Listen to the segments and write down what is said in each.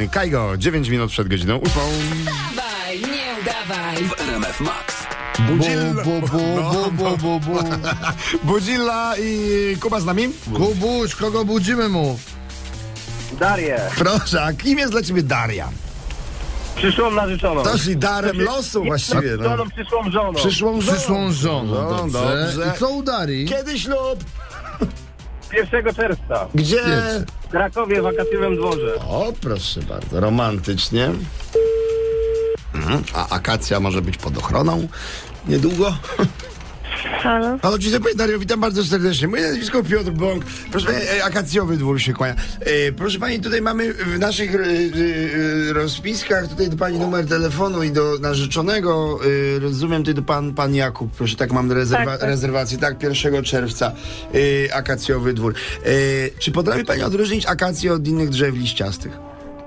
Kajgo, 9 minut przed godziną 8. Dawaj, nie udawaj. W RMF Max. Budzilla i Kuba z nami? Kubuś, kogo budzimy mu? Darię, Proszę, a kim jest dla ciebie Daria? przyszłą narzeczoną. To czyli darem losu właściwie. No. Narzeczoną, przyszłą żoną. Przyszłą żoną. Dobrze. Dobrze. I co u Darii? Kiedy ślub? 1 czerwca. Gdzie? W Krakowie, w wakacjowym dworze. O, proszę bardzo, romantycznie. A akacja może być pod ochroną niedługo. Halo? Halo, dzień dobry, Dario, witam bardzo serdecznie. Moje nazwisko Piotr Bąk. Proszę pani, akacjowy dwór się kłania. Proszę pani, tutaj mamy w naszych rozpiskach tutaj do pani numer telefonu i do narzeczonego. Rozumiem, tutaj do pan Jakub. Proszę, tak mam rezerwację. Tak, 1 czerwca. Akacjowy dwór. Czy potrafi pani odróżnić akację od innych drzew liściastych?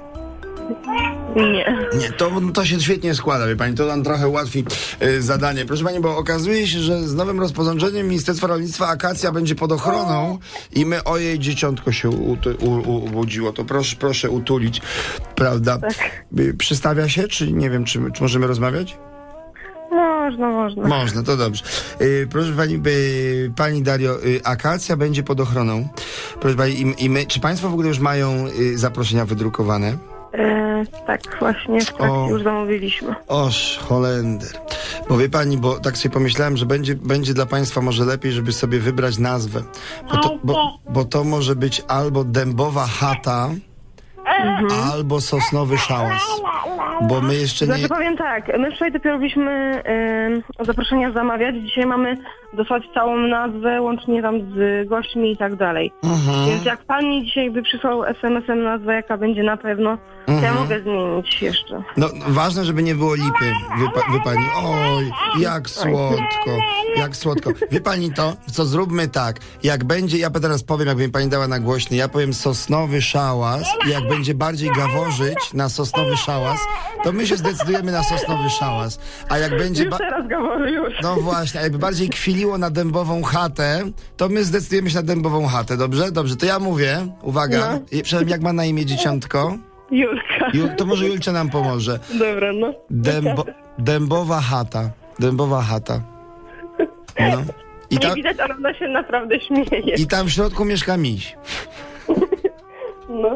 Nie. Nie, to się świetnie składa, wie pani, to nam trochę ułatwi zadanie. Proszę pani, bo okazuje się, że z nowym rozporządzeniem Ministerstwa Rolnictwa akacja będzie pod ochroną i my o jej dzieciątko się ubudziło. To proszę utulić, prawda? Tak. Przystawia się, czy nie wiem, czy możemy rozmawiać? Można. Można, to dobrze. Proszę pani, pani Dario, akacja będzie pod ochroną. Proszę pani, i my, czy państwo w ogóle już mają zaproszenia wydrukowane? Tak, właśnie w trakcie już zamówiliśmy. Oż, Holender. Bo wie pani, bo tak sobie pomyślałem, że będzie dla państwa może lepiej, żeby sobie wybrać nazwę. Bo to może być albo dębowa chata, albo sosnowy szałas. Bo my jeszcze nie... Znaczy powiem tak, my wczoraj dopiero byliśmy zaproszenia zamawiać. Dzisiaj mamy dosłać całą nazwę, łącznie tam z gośćmi i tak dalej. Więc jak pan mi dzisiaj by przysłał SMS-em nazwę, jaka będzie na pewno, to ja mogę zmienić jeszcze. No, ważne, żeby nie było lipy, wie pani. Oj, jak słodko. Wie pani to, co zróbmy tak. Jak będzie, ja teraz powiem, jakby mi pani dała na głośny, ja powiem sosnowy szałas i jak będzie bardziej gaworzyć na sosnowy szałas, to my się zdecydujemy na sosnowy szałas. A jak będzie... Już teraz gawory, już. No właśnie, a jakby bardziej kwiliło na dębową chatę, to my zdecydujemy się na dębową chatę, dobrze? Dobrze, to ja mówię, uwaga, przynajmniej jak ma na imię dzieciątko? Julka. To może Julcia nam pomoże. Dobra, no. Dębowa chata. Dębowa chata. No. Nie widać, ale ona się naprawdę śmieje. I tam w środku mieszka miś. No.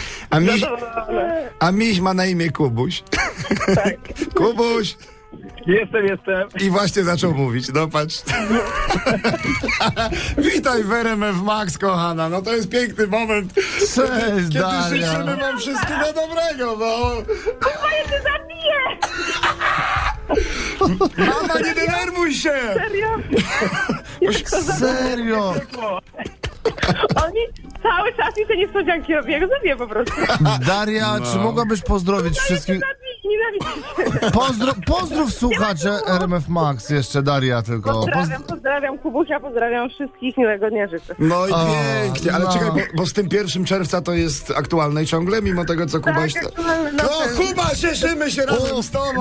A miś ma na imię Kubuś. Tak. Kubuś! Jestem. I właśnie zaczął mówić, no patrz. Witaj w RMF Max, kochana. No to jest piękny moment. Cześć, Kiedy Daria. życzymy wam wszystkiego dobrego, no. Kuba, ja cię zabiję! Mama, nie denerwuj się! Serio? Oni cały czas mi te niespodzianki robią, jak zabiję po prostu. Daria, czy mogłabyś pozdrowić wszystkich... Nienawidzę. Pozdrów słuchacze RMF Max jeszcze, Daria, tylko. Pozdrawiam Kubusia, pozdrawiam wszystkich, miłego dnia życzę. No i pięknie, ale no. czekaj, bo z tym 1 czerwca to jest aktualne ciągle, mimo tego, co Kuba... No, Kuba, cieszymy się razem z tobą!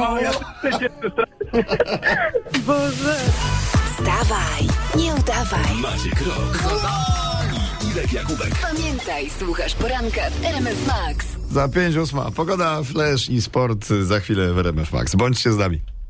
Boże. Wstawaj, nie udawaj. Maciek Rok. I Irek Jakubek. Pamiętaj, słuchasz poranka w RMF Max. Za 5:08. Pogoda, flash i sport za chwilę w RMF Max. Bądźcie z nami.